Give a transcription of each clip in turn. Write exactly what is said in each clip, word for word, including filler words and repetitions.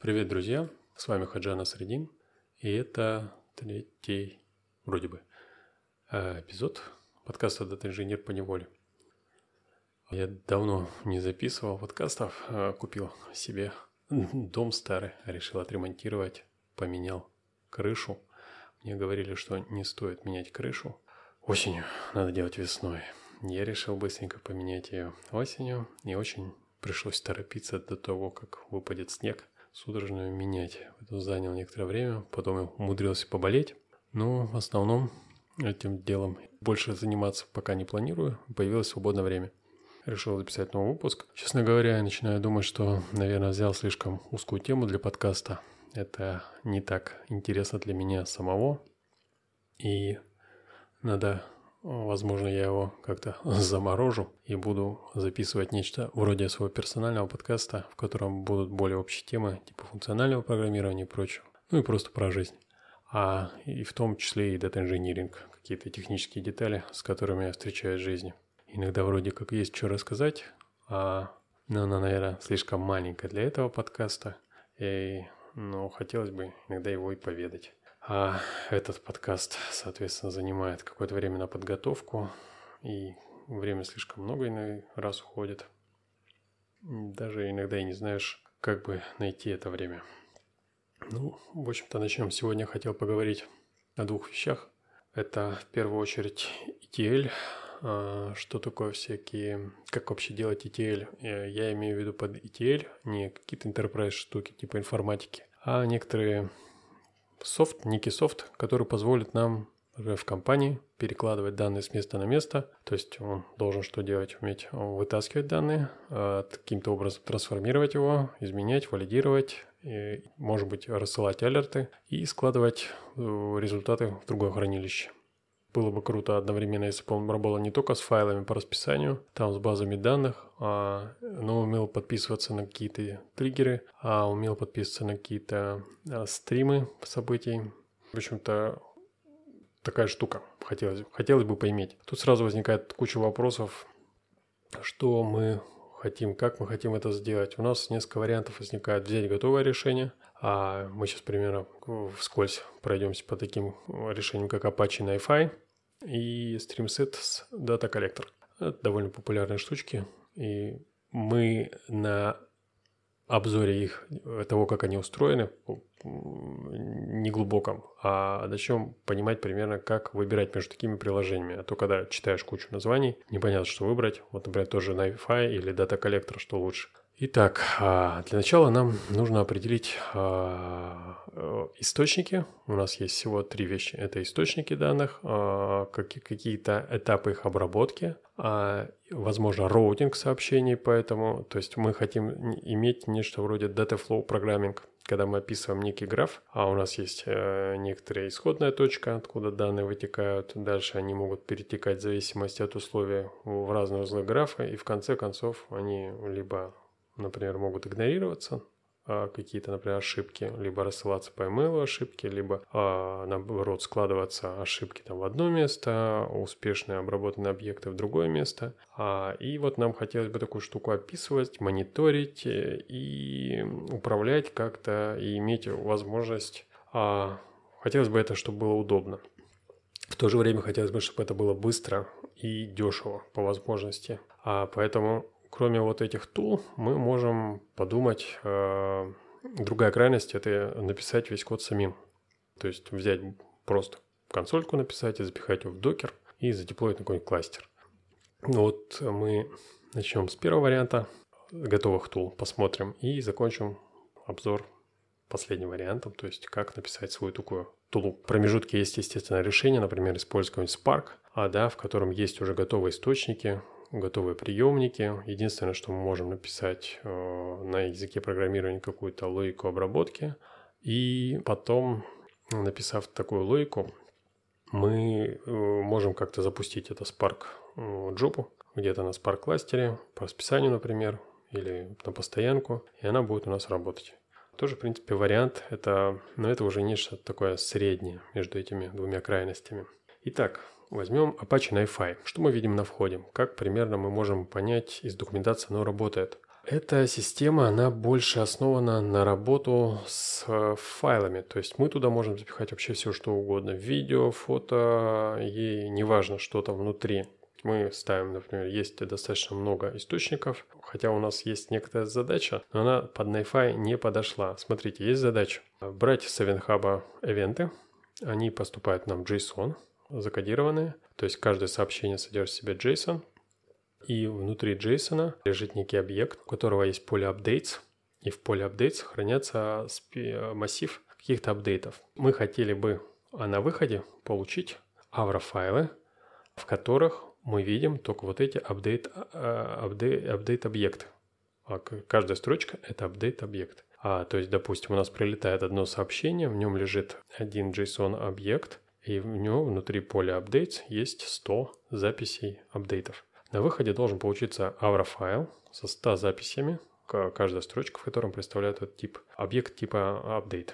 Привет, друзья! С вами Хаджан Насреддин, и это третий, вроде бы, э, эпизод подкаста «Дата-инженер по неволе». Я давно не записывал подкастов, э, купил себе дом старый, решил отремонтировать, поменял крышу. Мне говорили, что не стоит менять крышу осенью, надо делать весной. Я решил быстренько поменять ее осенью, и очень пришлось торопиться до того, как выпадет снег, судорожно ее менять. Это заняло некоторое время, потом я умудрился поболеть. Но в основном этим делом больше заниматься пока не планирую, появилось свободное время. Решил записать новый выпуск. Честно говоря, я начинаю думать, что, наверное, взял слишком узкую тему для подкаста. Это не так интересно для меня самого. И надо, возможно, я его как-то заморожу и буду записывать нечто вроде своего персонального подкаста, в котором будут более общие темы, типа функционального программирования и прочего. Ну и просто про жизнь. А и в том числе и дата-инжиниринг, какие-то технические детали, с которыми я встречаюсь в жизни. Иногда вроде как есть что рассказать, а но она, наверное, слишком маленькая для этого подкаста. И, ну, хотелось бы иногда его и поведать. А этот подкаст, соответственно, занимает какое-то время на подготовку, и время слишком много иной раз уходит. Даже иногда и не знаешь, как бы найти это время. Ну, в общем-то, начнем. Сегодня я хотел поговорить о двух вещах. Это в первую очередь и ти эл. Что такое всякие, как вообще делать и ти эл? Я имею в виду под и ти эл не какие-то enterprise штуки типа информатики, а некоторые софт, некий софт, который позволит нам в компании перекладывать данные с места на место. То есть он должен что делать? Уметь вытаскивать данные, каким-то образом трансформировать его, изменять, валидировать, и, может быть, рассылать алерты и складывать результаты в другое хранилище. Было бы круто одновременно, если бы он работал не только с файлами по расписанию, там с базами данных, а, но умел подписываться на какие-то триггеры, а умел подписываться на какие-то а, стримы событий. В общем-то, такая штука хотелось, хотелось бы поиметь. Тут сразу возникает куча вопросов, что мы хотим, как мы хотим это сделать. У нас несколько вариантов возникает: взять готовое решение, а мы сейчас примерно вскользь пройдемся по таким решениям, как Apache NiFi и StreamSet с Data Collector. Это довольно популярные штучки, и мы на обзоре их, того, как они устроены, не глубоком, а начнем понимать примерно, как выбирать между такими приложениями. А то, когда читаешь кучу названий, непонятно, что выбрать. Вот, например, тоже NiFi или Data Collector, что лучше. Итак, для начала нам нужно определить источники. У нас есть всего три вещи. Это источники данных, какие-то этапы их обработки, возможно, роутинг сообщений, поэтому, то есть мы хотим иметь нечто вроде data flow programming, когда мы описываем некий граф, а у нас есть некоторая исходная точка, откуда данные вытекают, дальше они могут перетекать в зависимости от условий в разные узлы графа, и в конце концов они либо, например, могут игнорироваться, какие-то, например, ошибки, либо рассылаться по email ошибки, либо, а, наоборот, складываться ошибки там в одно место, успешные обработанные объекты в другое место. А, и вот нам хотелось бы такую штуку описывать, мониторить и управлять как-то, и иметь возможность. А, хотелось бы это, чтобы было удобно. В то же время хотелось бы, чтобы это было быстро и дешево по возможности. А, поэтому... Кроме вот этих тул, мы можем подумать, э, другая крайность – это написать весь код самим. То есть взять просто консольку написать и запихать его в докер и задеплоить на какой-нибудь кластер. Ну вот мы начнем с первого варианта готовых тул, посмотрим и закончим обзор последним вариантом, то есть как написать свою такую тулу. В промежутке есть, естественно, решение, например, использовать какой-нибудь Spark, а, да, в котором есть уже готовые источники, готовые приемники. Единственное, что мы можем написать э, на языке программирования какую-то логику обработки. И потом, написав такую логику, мы э, можем как-то запустить это Spark э, джобу где-то на Spark кластере, по расписанию, например, или на постоянку, и она будет у нас работать. Тоже, в принципе, вариант, это, но это уже нечто такое среднее между этими двумя крайностями. Итак, возьмем Apache NiFi. Что мы видим на входе? Как примерно мы можем понять из документации оно работает? Эта система, она больше основана на работу с э, файлами. То есть мы туда можем запихать вообще все, что угодно. Видео, фото, и неважно, что там внутри. Мы ставим, например, есть достаточно много источников, хотя у нас есть некоторая задача, но она под NiFi не подошла. Смотрите, есть задача брать с EventHub ивенты, они поступают нам в JSON, закодированные, то есть каждое сообщение содержит в себе JSON, и внутри JSON лежит некий объект, у которого есть поле updates, и в поле updates хранятся массив каких-то апдейтов. Мы хотели бы на выходе получить авро-файлы, в которых мы видим только вот эти апдейт, апдейт, апдейт объекты. Каждая строчка – это апдейт объект. А, то есть, допустим, у нас прилетает одно сообщение, в нем лежит один JSON объект, и в нем внутри поля updates есть сто записей апдейтов. На выходе должен получиться авро-файл со ста записями, каждая строчка в котором представляет этот тип, объект типа update.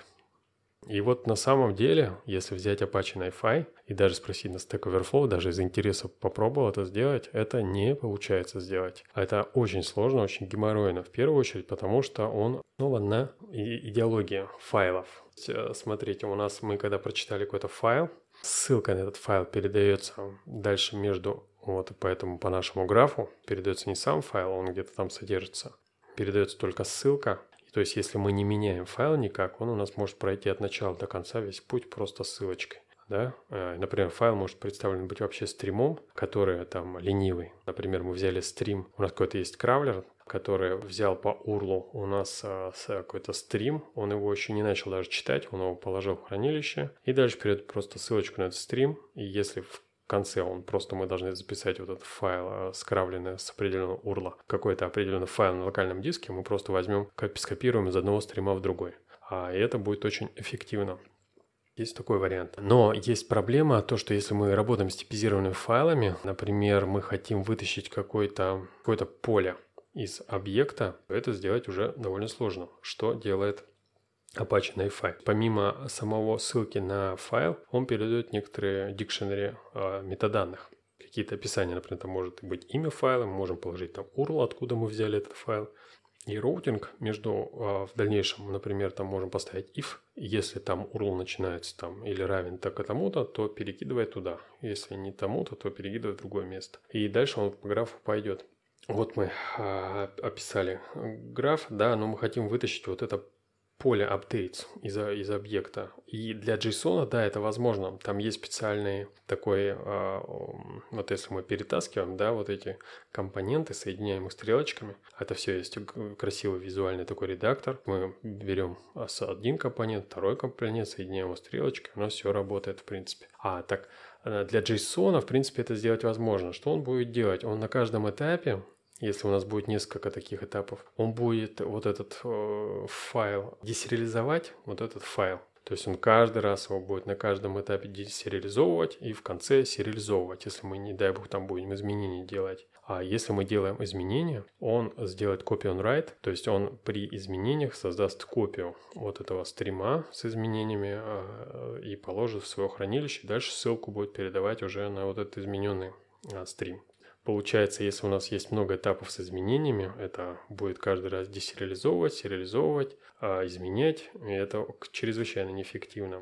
И вот на самом деле, если взять Apache NiFi и даже спросить на Stack Overflow, даже из интереса попробовал это сделать, это не получается сделать. Это очень сложно, очень геморройно, в первую очередь, потому что он основан на идеологии файлов. Смотрите, у нас мы когда прочитали какой-то файл, ссылка на этот файл передается дальше между, вот поэтому по нашему графу передается не сам файл, он где-то там содержится, передается только ссылка. То есть, если мы не меняем файл никак, он у нас может пройти от начала до конца весь путь просто ссылочкой. Да? Например, файл может представлен быть вообще стримом, который там ленивый. Например, мы взяли стрим, у нас какой-то есть кравлер, который взял по урлу у нас какой-то стрим, он его еще не начал даже читать, он его положил в хранилище, и дальше перейдет просто ссылочку на этот стрим, и если в В конце он просто мы должны записать вот этот файл, скравленный с определенного урла, какой-то определенный файл на локальном диске, мы просто возьмем, скопируем из одного стрима в другой. А это будет очень эффективно. Есть такой вариант. Но есть проблема, то, что если мы работаем с типизированными файлами, например, мы хотим вытащить какое-то, какое-то поле из объекта, то это сделать уже довольно сложно. Что делает Apache NiFi? Помимо самого ссылки на файл, он передает некоторые дикшенери э, метаданных. Какие-то описания, например, там может быть имя файла, мы можем положить там урл, откуда мы взяли этот файл. И роутинг между, э, в дальнейшем, например, там можем поставить if, если там урл начинается там или равен так тому-то, то перекидывай туда. Если не тому-то, то перекидывай в другое место. И дальше он по графу пойдет. Вот мы э, описали граф, да, но мы хотим вытащить вот это поле updates из, из объекта. И для JSON, да, это возможно. Там есть специальный такой, э, вот если мы перетаскиваем, да, вот эти компоненты, соединяем их стрелочками. Это все есть красивый визуальный такой редактор. Мы берем один компонент, второй компонент, соединяем его стрелочкой, у нас все работает в принципе. А так для JSON, в принципе, это сделать возможно. Что он будет делать? Он на каждом этапе, если у нас будет несколько таких этапов, он будет вот этот э, файл десериализовать, вот этот файл. То есть он каждый раз его будет на каждом этапе десериализовывать и в конце сериализовывать, если мы, не дай бог, там будем изменения делать. А если мы делаем изменения, он сделает copy on write, то есть он при изменениях создаст копию вот этого стрима с изменениями э, и положит в свое хранилище. Дальше ссылку будет передавать уже на вот этот измененный э, стрим. Получается, если у нас есть много этапов с изменениями, это будет каждый раз десериализовывать, сериализовывать, изменять, и это чрезвычайно неэффективно.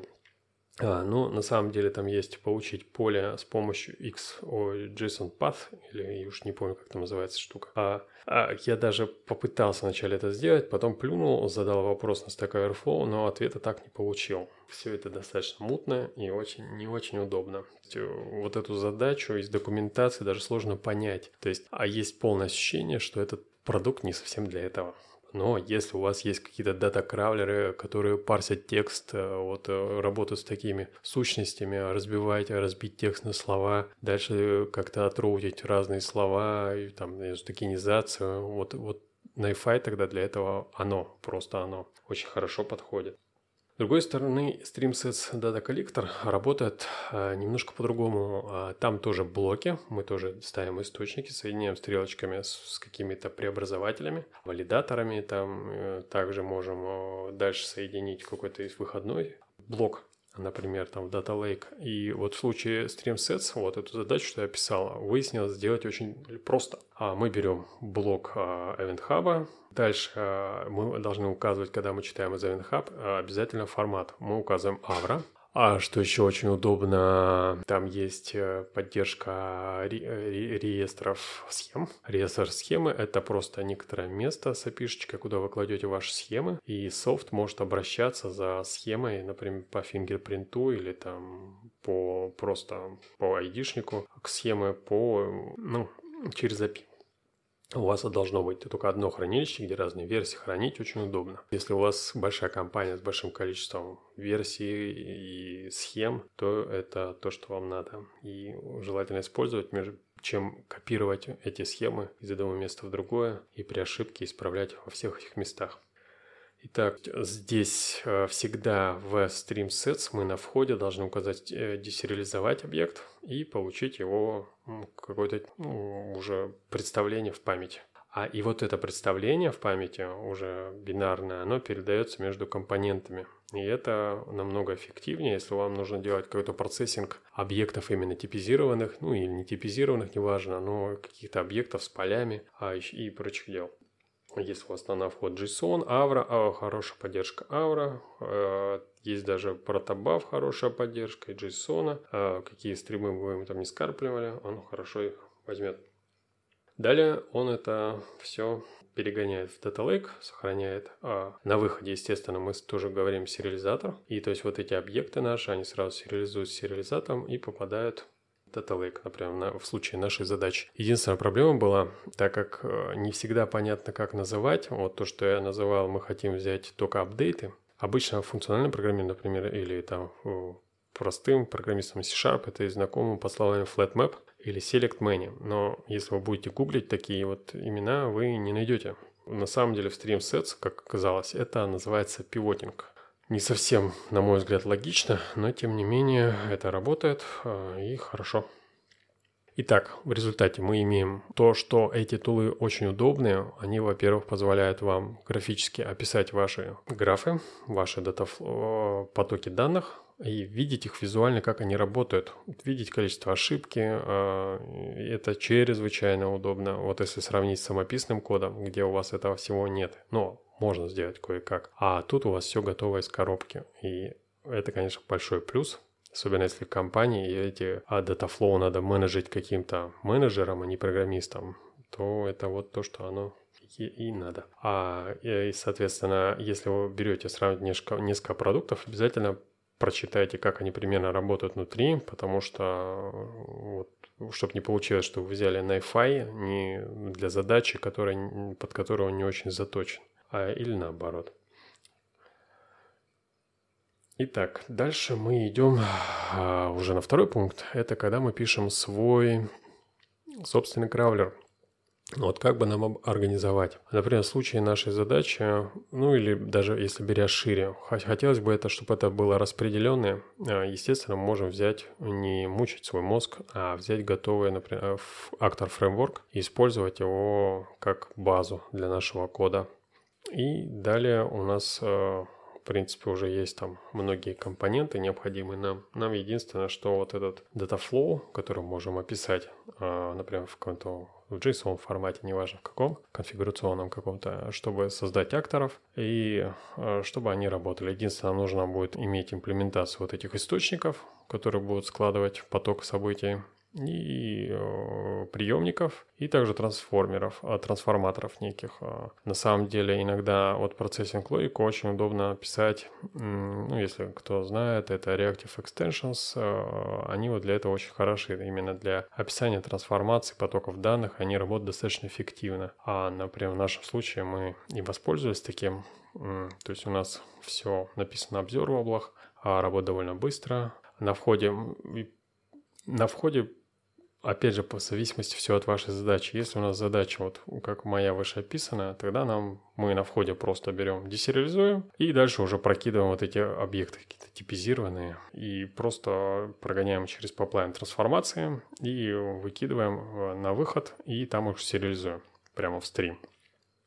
А, ну, на самом деле там есть получить поле с помощью X, о, JSON Path, или я уж не помню, как там называется штука. А, а я даже попытался вначале это сделать, потом плюнул, задал вопрос на Stack Overflow, но ответа так не получил. Все это достаточно мутно и очень, не очень удобно. Вот эту задачу из документации даже сложно понять. То есть, а есть полное ощущение, что этот продукт не совсем для этого. Но если у вас есть какие-то дата-кравлеры, которые парсят текст, вот работают с такими сущностями, разбивать, разбить текст на слова, дальше как-то отроутить разные слова, и там токенизацию, вот, вот NiFi тогда для этого оно, просто оно очень хорошо подходит. С другой стороны, StreamSets Data Collector работает а, немножко по-другому. А, там тоже блоки, мы тоже ставим источники, соединяем стрелочками с, с какими-то преобразователями, валидаторами. Там э, также можем э, дальше соединить какой-то выходной блок например, там в Data Lake. И вот в случае StreamSets, вот эту задачу, что я писал, выяснилось сделать очень просто. А мы берем блок Event Hub. Дальше мы должны указывать, когда мы читаем из Event Hub, обязательно формат. Мы указываем Avro. А что еще очень удобно, там есть поддержка ре- ре- реестров схем. Реестр схемы – это просто некоторое место с эй пи ай-шечкой, куда вы кладете ваши схемы, и софт может обращаться за схемой, например, по фингерпринту или там по просто по ай ди-шнику к схеме по, ну, через эй пи ай. У вас должно быть только одно хранилище, где разные версии хранить очень удобно. Если у вас большая компания с большим количеством версий и схем, то это то, что вам надо. И желательно использовать, чем копировать эти схемы из одного места в другое и при ошибке исправлять во всех этих местах. Итак, здесь всегда в StreamSets мы на входе должны указать десериализовать объект и получить его какое-то ну, уже представление в памяти. А и вот это представление в памяти, уже бинарное, оно передается между компонентами. И это намного эффективнее, если вам нужно делать какой-то процессинг объектов именно типизированных, ну или не типизированных, неважно, но каких-то объектов с полями а, и прочих дел. Есть у вас на вход JSON, Avro, а, хорошая поддержка Avro, э, есть даже протобаф, хорошая поддержка и JSON, э, какие стримы вы там не скармливали, он хорошо их возьмет. Далее он это все перегоняет в Data Lake, сохраняет. А на выходе, естественно, мы тоже говорим сериализатор, и то есть вот эти объекты наши, они сразу сериализуют с сериализатором и попадают Data Lake, например, на, в случае нашей задачи. Единственная проблема была, так как э, не всегда понятно, как называть, вот то, что я называл, мы хотим взять только апдейты. Обычно функциональный программист, например, или там э, простым программистам C-Sharp, это и знакомым под словами FlatMap или SelectMany. Но если вы будете гуглить такие вот имена, вы не найдете. На самом деле в StreamSets, как оказалось, это называется пивотинг. Не совсем, на мой взгляд, логично, но тем не менее это работает и хорошо. Итак, в результате мы имеем то, что эти тулы очень удобные. Они, во-первых, позволяют вам графически описать ваши графы, ваши дата потоки данных и видеть их визуально, как они работают. Видеть количество ошибки, это чрезвычайно удобно. Вот если сравнить с самописным кодом, где у вас этого всего нет. Но можно сделать кое-как. А тут у вас все готово из коробки. И это, конечно, большой плюс. Особенно если в компании и эти а, датафлоу надо менеджить каким-то менеджером, а не программистом, то это вот то, что оно и, и надо. А, и, соответственно, если вы берете сравнить несколько, несколько продуктов, обязательно прочитайте, как они примерно работают внутри, потому что вот, чтобы не получилось, что вы взяли Найфай не для задачи, которая, под которую он не очень заточен, а, или наоборот. Итак, дальше мы идем а, уже на второй пункт. Это когда мы пишем свой собственный краулер. Вот как бы нам организовать? Например, в случае нашей задачи, ну или даже если беря шире, хотелось бы это, чтобы это было распределенное. Естественно, мы можем взять, не мучить свой мозг, а взять готовый, например, Actor Framework и использовать его как базу для нашего кода. И далее у нас... В принципе, уже есть там многие компоненты необходимые нам. Нам единственное, что вот этот dataflow, который мы можем описать, например, в каком-то в JSON формате, неважно в каком, конфигурационном каком-то, чтобы создать акторов и чтобы они работали. Единственное, нам нужно будет иметь имплементацию вот этих источников, которые будут складывать поток событий, и э, приемников, и также трансформеров, э, трансформаторов неких. Э. На самом деле иногда вот процессинг логику очень удобно писать, м, ну если кто знает, это Reactive Extensions, э, они вот для этого очень хороши, именно для описания трансформации потоков данных, они работают достаточно эффективно. А, например, в нашем случае мы и воспользовались таким, м, то есть у нас все написано на observable, а работает довольно быстро. На входе, на входе Опять же, по зависимости все от вашей задачи. Если у нас задача, вот как моя выше описана, тогда нам мы на входе просто берем, десериализуем и дальше уже прокидываем вот эти объекты какие-то типизированные и просто прогоняем через пайплайн трансформации и выкидываем на выход и там уже сериализуем прямо в стрим.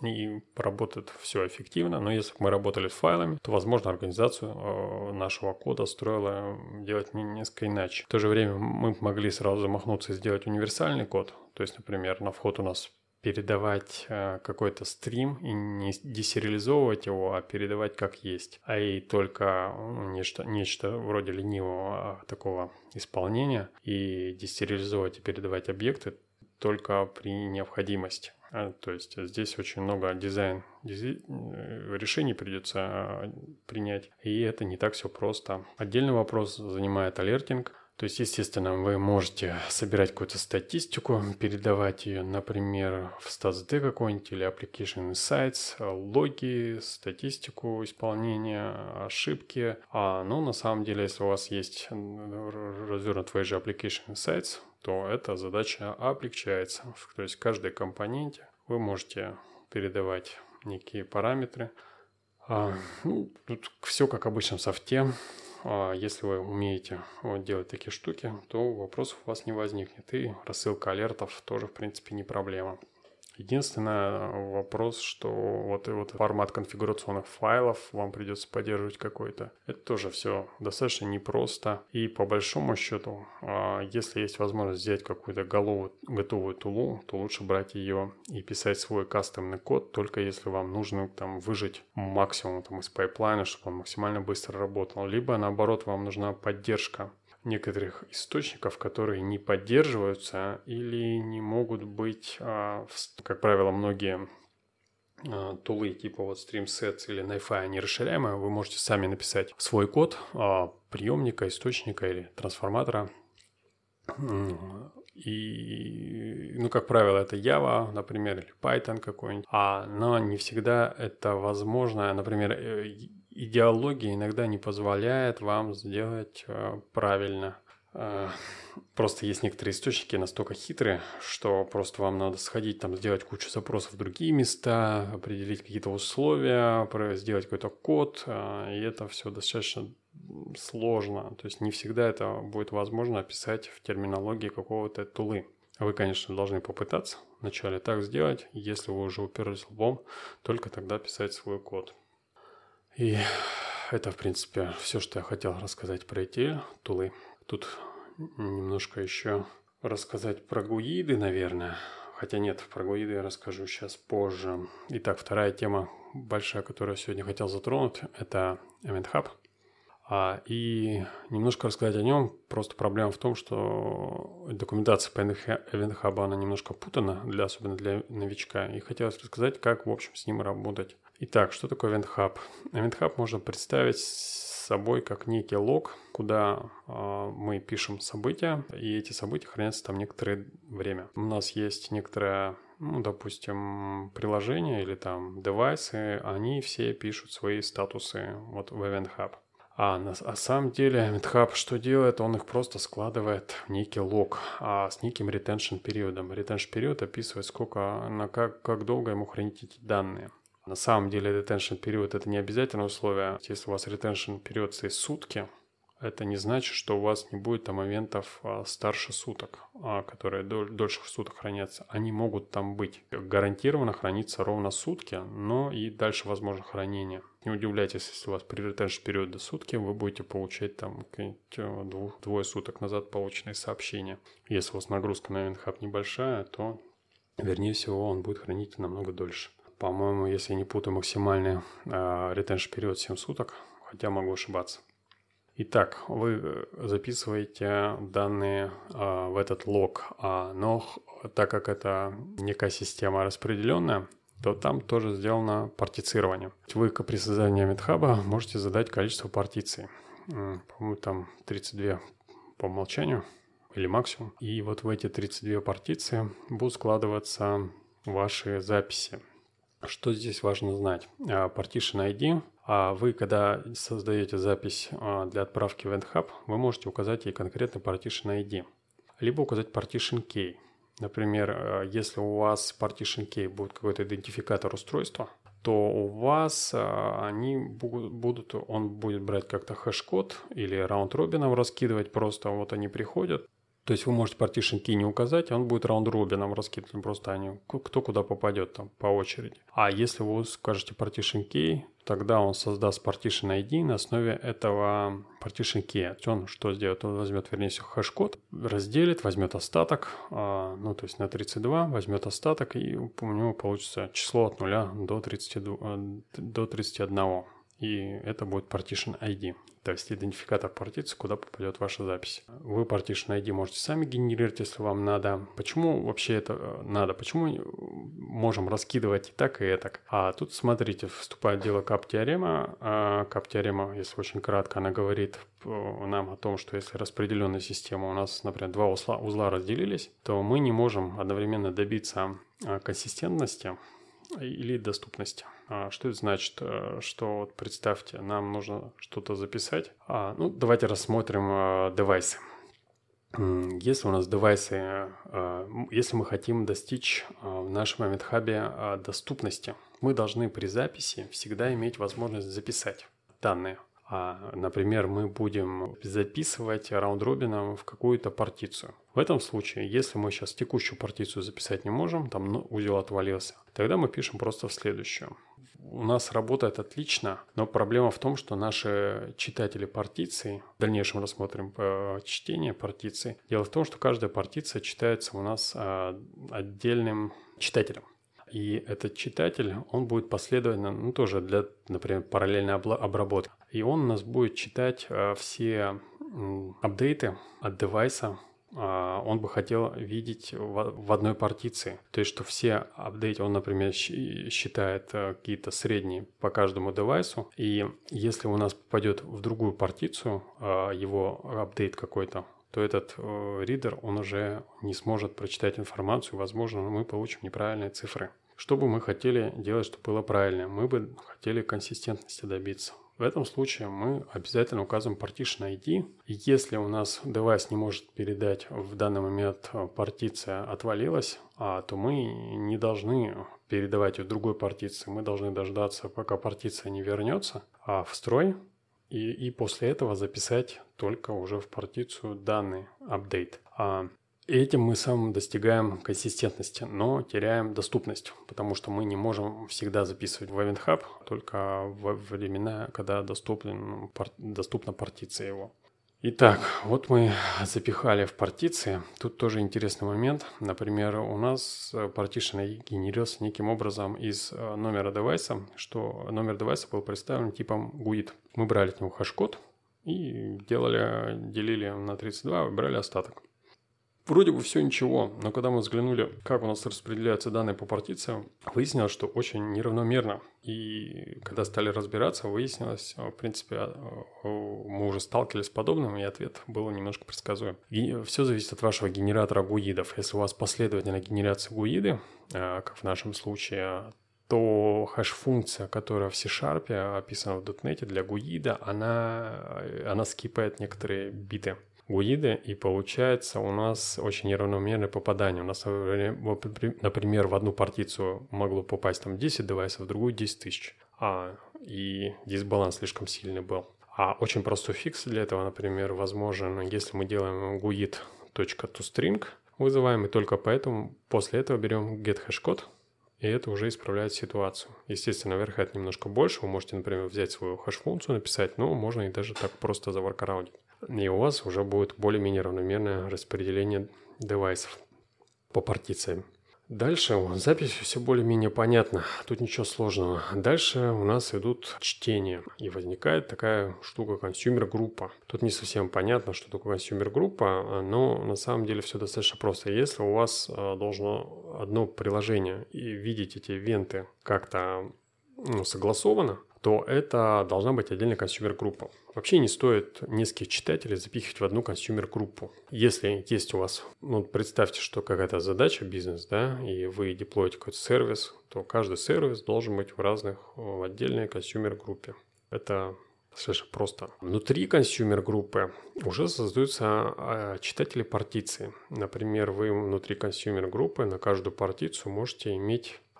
и работает все эффективно. Но если бы мы работали с файлами, то, возможно, организацию нашего кода стоило делать несколько иначе. В то же время мы могли сразу замахнуться и сделать универсальный код. То есть, например, на вход у нас передавать э, какой-то стрим и не десериализовывать его, а передавать как есть. А и только ну, нечто, нечто вроде ленивого такого исполнения и десериализовывать и передавать объекты только при необходимости. А, то есть здесь очень много дизайн, дизайн решений придется принять, и это не так все просто. Отдельный вопрос занимает алертинг. То есть, естественно, вы можете собирать какую-то статистику, передавать ее, например, в статс-ди какой-нибудь или Application Insights, логи, статистику исполнения, ошибки. А, ну, на самом деле, если у вас есть развернут твой же Application Insights, то эта задача облегчается. То есть, в каждой компоненте вы можете передавать некие параметры. А, ну, тут все как обычно в софте. Если вы умеете вот, делать такие штуки, то вопросов у вас не возникнет. И рассылка алертов тоже, в принципе, не проблема. Единственный вопрос, что вот, вот формат конфигурационных файлов вам придется поддерживать какой-то. Это тоже все достаточно непросто. И по большому счету, если есть возможность взять какую-то голову, готовую тулу, то лучше брать ее и писать свой кастомный код, только если вам нужно там выжать максимум там, из пайплайна, чтобы он максимально быстро работал. Либо наоборот, вам нужна поддержка некоторых источников, которые не поддерживаются или не могут быть, как правило, многие тулы типа вот StreamSets или NiFi, они расширяемые, вы можете сами написать свой код приемника, источника или трансформатора. И, ну, как правило, это Java, например, или Python какой-нибудь. А, но не всегда это возможно. Например, идеология иногда не позволяет вам сделать э, правильно. Э, просто есть некоторые источники настолько хитрые, что просто вам надо сходить, там, сделать кучу запросов в другие места, определить какие-то условия, сделать какой-то код, э, и это все достаточно сложно. То есть не всегда это будет возможно описать в терминологии какого-то тулы. Вы, конечно, должны попытаться вначале так сделать. Если вы уже уперлись лбом, только тогда писать свой код. И это, в принципе, все, что я хотел рассказать про эти тулы. Тут немножко еще рассказать про гуиды, наверное. Хотя нет, про гуиды я расскажу сейчас позже. Итак, вторая тема большая, которую я сегодня хотел затронуть, это Event Hub. А, и немножко рассказать о нем. Просто проблема в том, что документация по Event Hub, она немножко путана, для, особенно для новичка. И хотелось рассказать, как, в общем, с ним работать. Итак, что такое Event Hub? Event Hub можно представить собой как некий лог, куда э, мы пишем события, и эти события хранятся там некоторое время. У нас есть некоторое, ну, допустим, приложение или там девайсы, они все пишут свои статусы вот в Event Hub. А на а самом деле Event Hub что делает? Он их просто складывает в некий лог а с неким retention периодом. Retention период описывает, сколько, на как, как долго ему хранить эти данные. На самом деле retention период это не обязательное условие. Если у вас retention период стоит сутки, это не значит, что у вас не будет там моментов а, старше суток, а, которые дол- дольше суток хранятся. Они могут там быть. Гарантированно хранится ровно сутки, но и дальше возможно хранение. Не удивляйтесь, если у вас при retention периоде сутки, вы будете получать там двух, двое суток назад полученные сообщения. Если у вас нагрузка на Event Hub небольшая, то, вернее всего, он будет хранить намного дольше. По-моему, если я не путаю, максимальный э, retention период семь суток, хотя могу ошибаться. Итак, вы записываете данные э, в этот лог, а, но так как это некая система распределенная, то там тоже сделано партицирование. Вы при создании Event Hub можете задать количество партиций. По-моему, там тридцать две по умолчанию или максимум. И вот в эти тридцать две партиции будут складываться ваши записи. Что здесь важно знать? Partition ай ди. Вы, когда создаете запись для отправки в Event Hub, вы можете указать ей конкретный Partition ай ди. Либо указать Partition Key. Например, если у вас Partition Key будет какой-то идентификатор устройства, то у вас они будут, он будет брать как-то хэш-код или раунд-робином раскидывать. Просто вот они приходят, То есть вы можете partition key не указать, он будет раунд-робином раскидан, просто они, кто куда попадет там по очереди. А если вы скажете partition key, тогда он создаст partition ай ди на основе этого partition key. Он что сделает? Он возьмет, вернее всего, хэш-код, разделит, возьмет остаток, ну то есть на тридцать два, возьмет остаток, и у него получится число от нуля до тридцати двух, до тридцати одного. И это будет partition ай ди, то есть идентификатор партиции, куда попадет ваша запись. Вы partition ай ди можете сами генерировать, если вам надо. Почему вообще это надо? Почему можем раскидывать и так, и так? А тут, смотрите, вступает в дело кап-теорема. А кап-теорема, если очень кратко, она говорит нам о том, что если распределенная система, у нас, например, два узла, узла разделились, то мы не можем одновременно добиться консистентности или доступности. Что это значит? Что вот представьте, нам нужно что-то записать. А, ну, давайте рассмотрим а, девайсы. Если у нас девайсы, а, если мы хотим достичь а, в нашем MemThub а, доступности, мы должны при записи всегда иметь возможность записать данные. А, например, мы будем записывать раунд-робином в какую-то партицию. В этом случае, если мы сейчас текущую партицию записать не можем, там ну, узел отвалился, тогда мы пишем просто в следующую. У нас работает отлично, но проблема в том, что наши читатели партиций, в дальнейшем рассмотрим чтение партиций, дело в том, что каждая партиция читается у нас отдельным читателем. И этот читатель, он будет последовательно, ну тоже для, например, параллельной обработки. И он у нас будет читать э, все э, апдейты от девайса. Э, он бы хотел видеть в, в одной партиции. То есть, что все апдейты, он, например, считает э, какие-то средние по каждому девайсу. И если у нас попадет в другую партицию э, его апдейт какой-то, то этот э, ридер, он уже не сможет прочитать информацию. Возможно, мы получим неправильные цифры. Что бы мы хотели делать, чтобы было правильно? Мы бы хотели консистентности добиться. В этом случае мы обязательно указываем partition ай ди. И если у нас девайс не может передать в данный момент партиция отвалилась, то мы не должны передавать ее в другой партиции. Мы должны дождаться, пока партиция не вернется в строй. И, и после этого записать только уже в партицию данный апдейт. А этим мы сам достигаем консистентности, но теряем доступность, потому что мы не можем всегда записывать в EventHub, только во времена, когда доступен, доступна партиция его. Итак, вот мы запихали в партиции. Тут тоже интересный момент. Например, у нас partition генерировался неким образом из номера девайса, что номер девайса был представлен типом гуид. Мы брали от него хэш-код и делали, делили на тридцать два, выбрали остаток. Вроде бы все ничего, но когда мы взглянули, как у нас распределяются данные по партициям, выяснилось, что очень неравномерно. И когда стали разбираться, выяснилось, в принципе, мы уже сталкивались с подобным, и ответ был немножко предсказуем. И все зависит от вашего генератора гуидов. Если у вас последовательная генерация гуиды, как в нашем случае, то хэш-функция, которая в C-Sharp описана в .дот нет для гуида, она, она скипает некоторые биты гуиды, и получается у нас очень неравномерное попадание. У нас, например, в одну партицию могло попасть там десять девайсов, в другую десять тысяч. А, и дисбаланс слишком сильный был. А очень простой фикс для этого, например, возможен, если мы делаем guid.toString, вызываем, и только поэтому после этого берем getHashCode, и это уже исправляет ситуацию. Естественно, вероятно, немножко больше. Вы можете, например, взять свою хэш-функцию, написать, но можно и даже так просто заворкараудить. И у вас уже будет более-менее равномерное распределение девайсов по партициям. Дальше запись все более-менее понятно. Тут ничего сложного. Дальше у нас идут чтения. И возникает такая штука консюмер-группа. Тут не совсем понятно, что такое консюмер-группа, но на самом деле все достаточно просто. Если у вас должно одно приложение и видеть эти ивенты как-то ну, согласованно, то это должна быть отдельная консюмер-группа. Вообще не стоит нескольких читателей запихивать в одну консюмер-группу. Если есть у вас, ну, представьте, что какая-то задача, бизнес, да, и вы деплоите какой-то сервис, то каждый сервис должен быть в разных, в отдельной консюмер-группе. Это совершенно просто. Внутри консюмер-группы уже создаются читатели партиции. Например, вы внутри консюмер-группы на каждую партицию можете иметь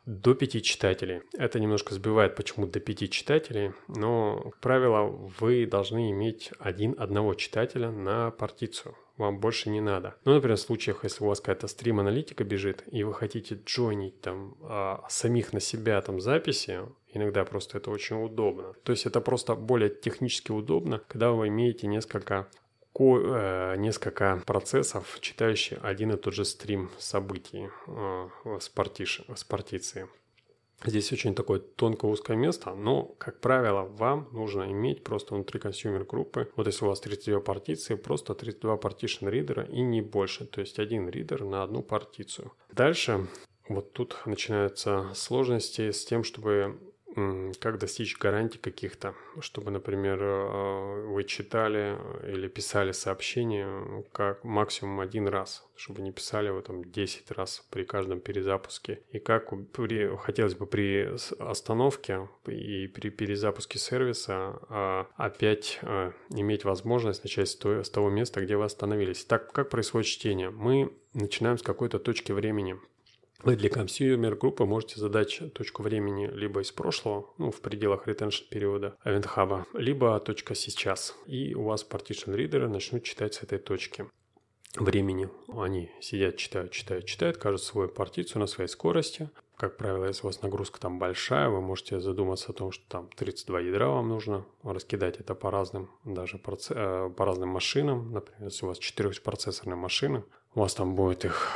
до пяти читателей. Это немножко сбивает, почему до пяти читателей, но, как правило, вы должны иметь один, одного читателя на партицию. Вам больше не надо. Ну, например, в случаях, если у вас какая-то стрим-аналитика бежит, и вы хотите джойнить там а, самих на себя там записи, иногда просто это очень удобно. То есть это просто более технически удобно, когда вы имеете несколько несколько процессов, читающие один и тот же стрим событий э, с, партиш... с партиции. Здесь очень такое тонкое узкое место, но, как правило, вам нужно иметь просто внутри консюмер группы, вот если у вас тридцать две партиции, просто тридцать два partition ридера и не больше, то есть один ридер на одну партицию. Дальше вот тут начинаются сложности с тем, чтобы как достичь гарантий каких-то, чтобы, например, вы читали или писали сообщение как максимум один раз, чтобы не писали его там десять раз при каждом перезапуске. И как при, хотелось бы при остановке и при перезапуске сервиса опять иметь возможность начать с того места, где вы остановились. Так, как происходит чтение? Мы начинаем с какой-то точки времени. Вы для консюмер группы можете задать точку времени либо из прошлого, ну, в пределах retention периода Event Hub, либо точка сейчас. И у вас partition ридеры начнут читать с этой точки времени. Они сидят, читают, читают, читают, каждую свою партицию на своей скорости. Как правило, если у вас нагрузка там большая, вы можете задуматься о том, что там тридцать два ядра вам нужно, раскидать это по разным, даже проце- по разным машинам. Например, если у вас четырехпроцессорная машина, у вас там будет их...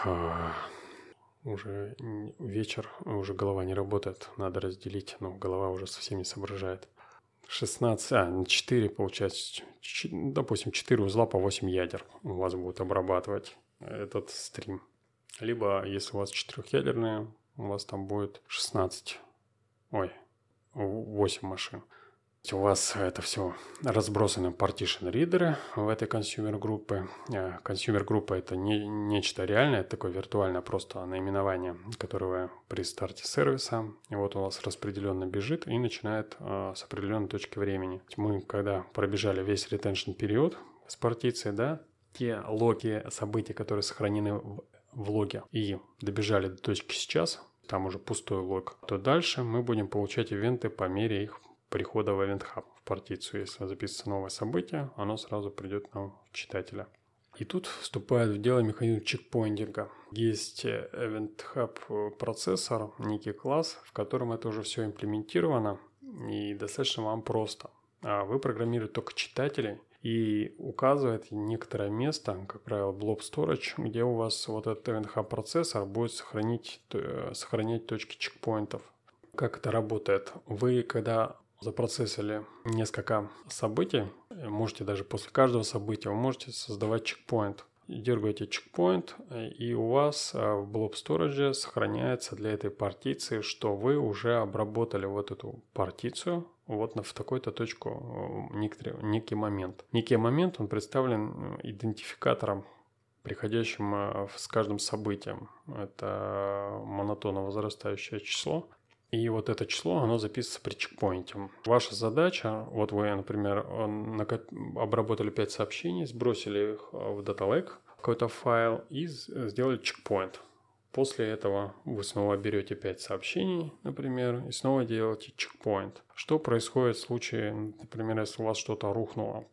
Уже вечер, уже голова не работает, надо разделить, но голова уже совсем не соображает. шестнадцать, а, четыре получается, допустим, четыре узла по восемь ядер у вас будет обрабатывать этот стрим. Либо, если у вас четырехъядерные, у вас там будет шестнадцать, ой, восемь машин. У вас это все разбросаны partition ридеры в этой консюмер группе. Консюмер группа это не, нечто реальное, это такое виртуальное просто наименование, которое при старте сервиса. И вот у вас распределенно бежит и начинает э, с определенной точки времени. Мы когда пробежали весь retention период с партицией, да, те логи событий, которые сохранены в, в логе, и добежали до точки сейчас, там уже пустой лог, то дальше мы будем получать ивенты по мере их прихода в Event Hub, в партицию. Если записывается новое событие, оно сразу придет нам в читателя. И тут вступает в дело механизм чекпоинтинга. Есть Event Hub процессор, некий класс, в котором это уже все имплементировано, и достаточно вам просто. Вы программируете только читателей и указывает некоторое место, как правило, blob storage, где у вас вот этот Event Hub процессор будет сохранить, сохранять точки чекпоинтов. Как это работает? Вы, когда запроцессили несколько событий, можете даже после каждого события, вы можете создавать чекпоинт. Дергаете чекпоинт, и у вас в blob storage сохраняется для этой партиции, что вы уже обработали вот эту партицию вот в такой-то точку некий, некий момент. Некий момент, он представлен идентификатором, приходящим с каждым событием. Это монотонно возрастающее число. И вот это число, оно записывается при чекпоинте. Ваша задача, вот вы, например, обработали пять сообщений, сбросили их в Data Lake, какой-то файл, и сделали чекпоинт. После этого вы снова берете пять сообщений, например, и снова делаете чекпоинт. Что происходит в случае, например, если у вас что-то рухнуло?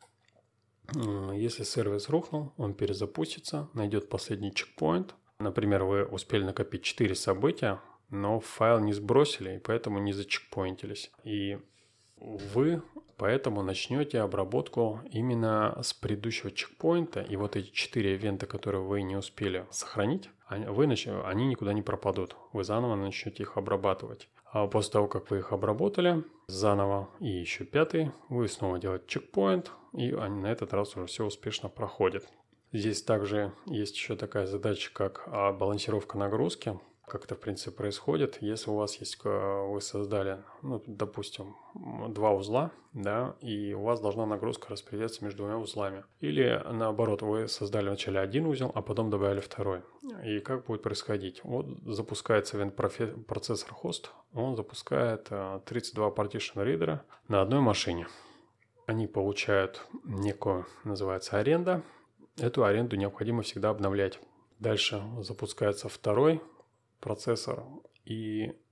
Если сервис рухнул, он перезапустится, найдет последний чекпоинт. Например, вы успели накопить четыре события, но файл не сбросили, и поэтому не зачекпоинтились. И вы поэтому начнете обработку именно с предыдущего чекпоинта, и вот эти четыре ивента, которые вы не успели сохранить, вы нач... они никуда не пропадут. Вы заново начнете их обрабатывать. А после того, как вы их обработали, заново и еще пятый, вы снова делаете чекпоинт, и они на этот раз уже все успешно проходят. Здесь также есть еще такая задача, как балансировка нагрузки. Как это, в принципе, происходит, если у вас есть, вы создали, ну, допустим, два узла, да, и у вас должна нагрузка распределяться между двумя узлами. Или, наоборот, вы создали вначале один узел, а потом добавили второй. И как будет происходить? Вот запускается event процессор хост, он запускает тридцать два partition ридера на одной машине. Они получают некую, называется, аренда. Эту аренду необходимо всегда обновлять. Дальше запускается второй процессор, и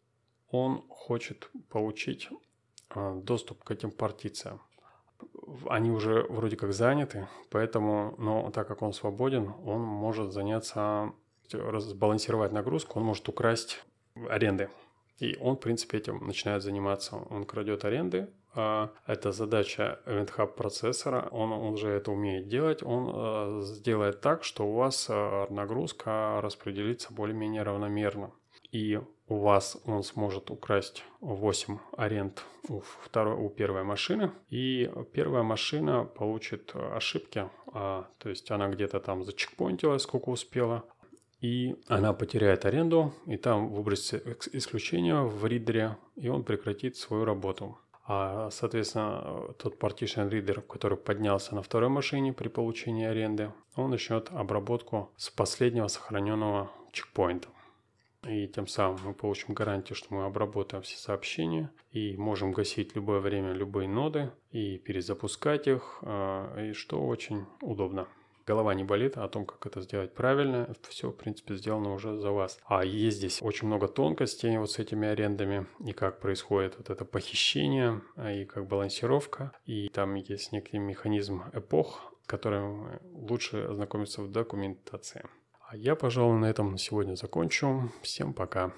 он хочет получить доступ к этим партициям. Они уже вроде как заняты, поэтому, но так как он свободен, он может заняться, сбалансировать нагрузку, он может украсть аренды. И он, в принципе, этим начинает заниматься. Он крадет аренды. Это задача Event Hub процессора. Он, он уже это умеет делать. Он сделает так, что у вас нагрузка распределится более-менее равномерно. И у вас он сможет украсть восемь аренд у, второй, у первой машины. И первая машина получит ошибки. А, то есть она где-то там зачекпоинтила, сколько успела. И она потеряет аренду, и там выбросится исключение в ридере, и он прекратит свою работу. А, соответственно, тот partition reader, который поднялся на второй машине при получении аренды, он начнет обработку с последнего сохраненного чекпоинта. И тем самым мы получим гарантию, что мы обработаем все сообщения и можем гасить в любое время любые ноды и перезапускать их, и что очень удобно. Голова не болит о том, как это сделать правильно. Все, в принципе, сделано уже за вас. А есть здесь очень много тонкостей вот с этими арендами. И как происходит вот это похищение, и как балансировка. И там есть некий механизм эпох, с которым лучше ознакомиться в документации. А я, пожалуй, на этом на сегодня закончу. Всем пока.